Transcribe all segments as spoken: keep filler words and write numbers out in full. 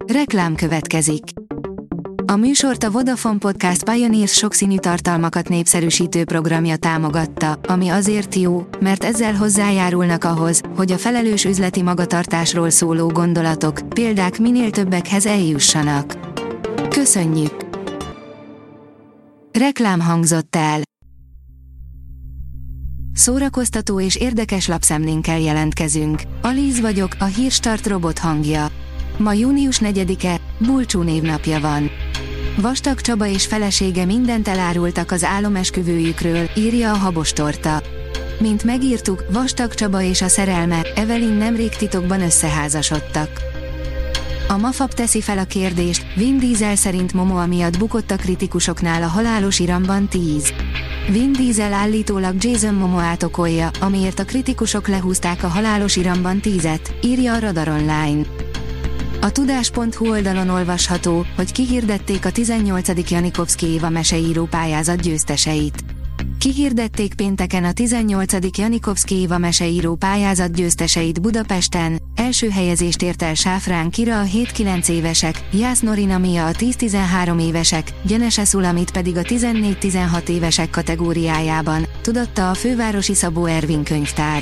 Reklám következik. A műsort a Vodafone Podcast Pioneers sokszínű tartalmakat népszerűsítő programja támogatta, ami azért jó, mert ezzel hozzájárulnak ahhoz, hogy a felelős üzleti magatartásról szóló gondolatok, példák minél többekhez eljussanak. Köszönjük! Reklám hangzott el. Szórakoztató és érdekes lapszemlénkkel jelentkezünk. Alíz vagyok, a Hírstart robot hangja. Ma június negyedike, Bulcsú névnapja van. Vastag Csaba és felesége mindent elárultak az álomesküvőjükről, írja a Habostorta. Mint megírtuk, Vastag Csaba és a szerelme, Evelyn nemrég titokban összeházasodtak. A Mafab teszi fel a kérdést, Vin Diesel szerint Momoa miatt bukott a kritikusoknál a halálos iramban tíz. Vin Diesel állítólag Jason Momoát okolja, amiért a kritikusok lehúzták a halálos iramban tízet, írja a Radar Online. A tudás pont hu oldalon olvasható, hogy kihirdették a tizennyolcadik Janikovszky Éva meseíró pályázat győzteseit. Kihirdették pénteken a tizennyolcadik Janikovszky Éva meseíró pályázat győzteseit Budapesten. Első helyezést ért el Sáfrán Kira a hét-kilenc évesek, Jász Norina Mia a tíz-tizenhárom évesek, Gyenese Szulamit pedig a tizennégy-tizenhat évesek kategóriájában, tudatta a fővárosi Szabó Ervin könyvtár.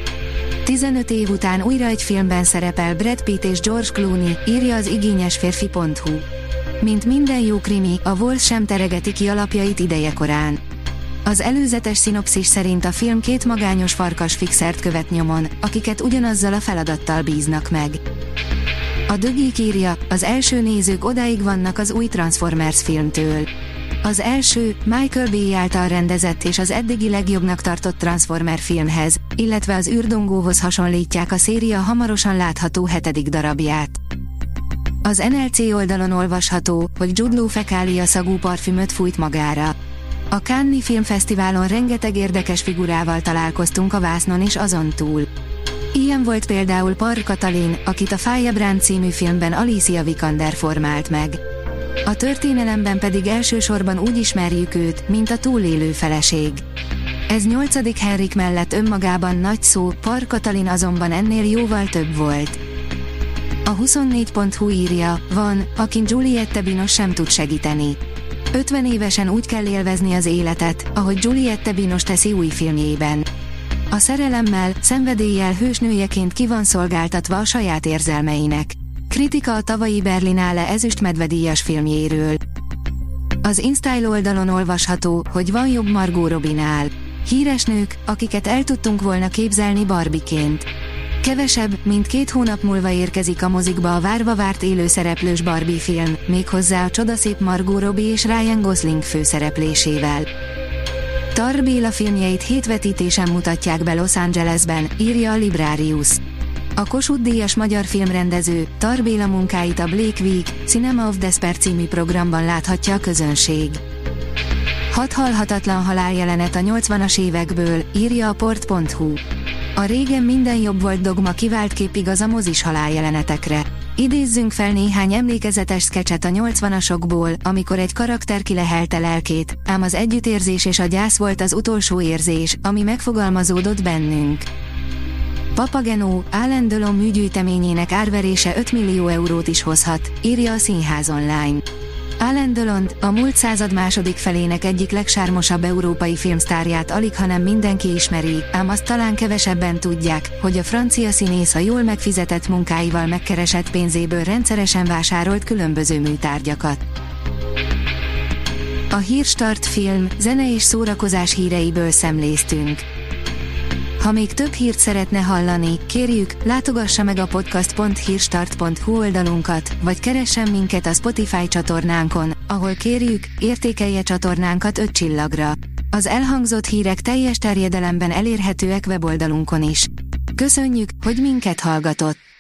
tizenöt év után újra egy filmben szerepel Brad Pitt és George Clooney, írja az igényesférfi pont hu. Mint minden jó krimi, a Walls sem teregeti ki alapjait idejekorán. Az előzetes szinopszis szerint a film két magányos farkas fixert követ nyomon, akiket ugyanazzal a feladattal bíznak meg. A The Geek írja, az első nézők odáig vannak az új Transformers filmtől. Az első, Michael Bay által rendezett és az eddigi legjobbnak tartott Transformer filmhez, illetve az űrdongóhoz hasonlítják a széria hamarosan látható hetedik darabját. Az en el cé oldalon olvasható, hogy Jude Law fekália szagú parfümöt fújt magára. A Cannes-i Filmfesztiválon rengeteg érdekes figurával találkoztunk a vásznon és azon túl. Ilyen volt például Parr Katalin, akit a Firebrand című filmben Alicia Vikander formált meg. A történelemben pedig elsősorban úgy ismerjük őt, mint a túlélő feleség. Ez nyolcadik Henrik mellett önmagában nagy szó, Parr Katalin azonban ennél jóval több volt. A huszonnégy pont hu írja, van, akin Juliette Binoche sem tud segíteni. ötven évesen úgy kell élvezni az életet, ahogy Juliette Binoche teszi új filmjében. A szerelemmel, szenvedéllyel hősnőjeként ki van szolgáltatva a saját érzelmeinek. Kritika a tavalyi Berlinale ezüst medvedíjas filmjéről. Az InStyle oldalon olvasható, hogy van jobb Margot Robbie-nál. Híres nők, akiket el tudtunk volna képzelni Barbie-ként. Kevesebb, mint két hónap múlva érkezik a mozikba a várva várt élőszereplős Barbie film, méghozzá a csodaszép Margot Robbie és Ryan Gosling főszereplésével. Tar Béla filmjeit hét vetítésen mutatják be Los Angelesben, írja a Librarius. A Kossuth-díjas magyar filmrendező, Tar Béla munkáit a Blake Week, Cinema of Despair című programban láthatja a közönség. Hat halhatatlan haláljelenet a nyolcvanas évekből, írja a port pont hu. A régen minden jobb volt dogma kivált kép igaz a mozis haláljelenetekre. Idézzünk fel néhány emlékezetes skecset a nyolcvanasokból, amikor egy karakter kilehelte lelkét, ám az együttérzés és a gyász volt az utolsó érzés, ami megfogalmazódott bennünk. Papageno, Alain Delon műgyűjteményének árverése öt millió eurót is hozhat, írja a Színház Online. Alain Delont, a múlt század második felének egyik legsármosabb európai filmsztárját alighanem mindenki ismeri, ám azt talán kevesebben tudják, hogy a francia színész a jól megfizetett munkáival megkeresett pénzéből rendszeresen vásárolt különböző műtárgyakat. A Hírstart film, zene és szórakozás híreiből szemléztünk. Ha még több hírt szeretne hallani, kérjük, látogassa meg a podcast pont hírstart pont hu oldalunkat, vagy keressen minket a Spotify csatornánkon, ahol kérjük, értékelje csatornánkat öt csillagra. Az elhangzott hírek teljes terjedelemben elérhetőek weboldalunkon is. Köszönjük, hogy minket hallgatott!